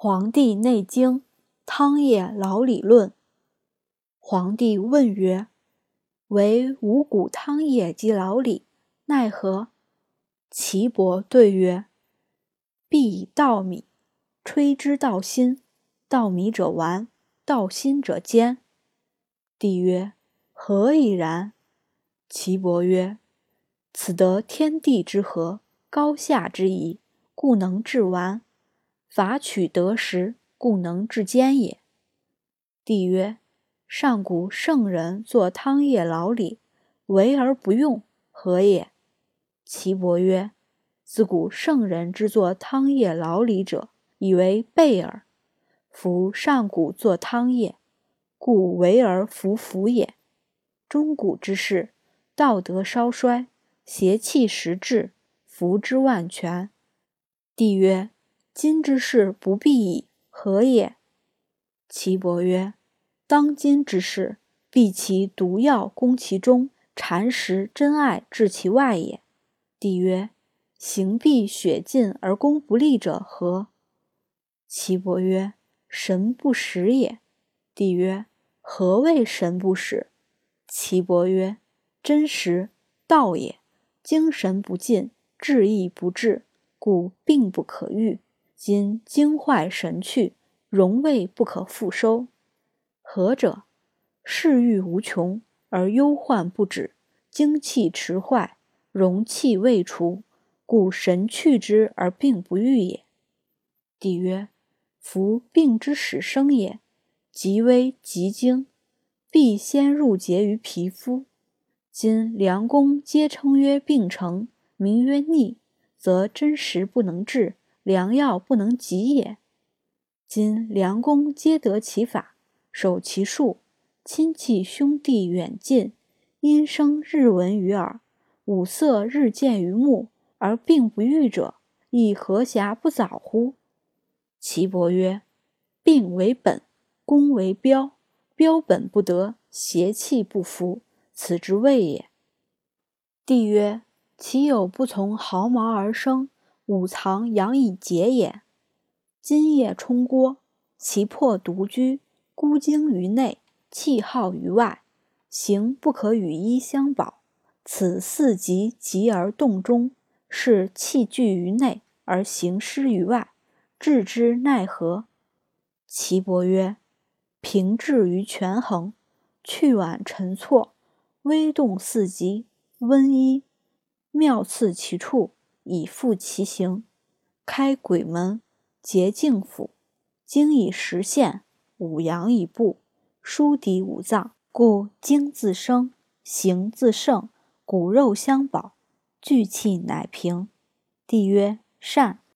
黄帝内经汤液老理论。黄帝问曰：唯五谷汤液及老理，奈何？岐伯对曰：必以稻米，吹之稻薪，稻米者丸，稻薪者坚。帝曰：何以然？岐伯曰：此得天地之和，高下之宜，故能治丸；法取得时，故能治坚也。帝曰：上古圣人作汤液老理，为而不用，何也？岐伯曰：自古圣人之作汤液老理者，以为备耳。夫上古作汤液，故为而弗服也。中古之事，道德稍衰，邪气时至，服之万全。帝曰：今之事不必矣，何也？岐伯曰：当今之事，必其毒药攻其中，蚕食真爱治其外也。帝曰：行必血尽而攻不利者何？岐伯曰：神不使也。帝曰：何谓神不使？岐伯曰：真实，道也。精神不尽，志意不至，故病不可愈。今精坏神去，荣位不可复收。何者？世欲无穷，而忧患不止，精气迟坏，荣气未除，故神去之而病不愈也。帝曰：夫病之始生也，极微极精，必先入结于皮肤。今良公皆称曰病成，名曰逆，则真实不能治，良药不能及也。今良公皆得其法，守其术，亲戚兄弟远近，音声日闻于耳，五色日见于目，而病不愈者，亦何暇不早乎？岐伯曰：病为本，功为标，标本不得，邪气不服，此之谓也。帝曰：其有不从毫毛而生，五藏养以结也？津液冲锅，其魄独居，孤精于内，气耗于外，形不可与一相保。此四极极而动中，是气聚于内，而形失于外，治之奈何？岐伯曰：平治于权衡，去脘陈错，微动四极，温一，妙刺其处，以复其形，开鬼门，结净府，精以实现，五阳以布，疏敌五脏，故精自生，形自胜，骨肉相保，聚气乃平。帝曰：善。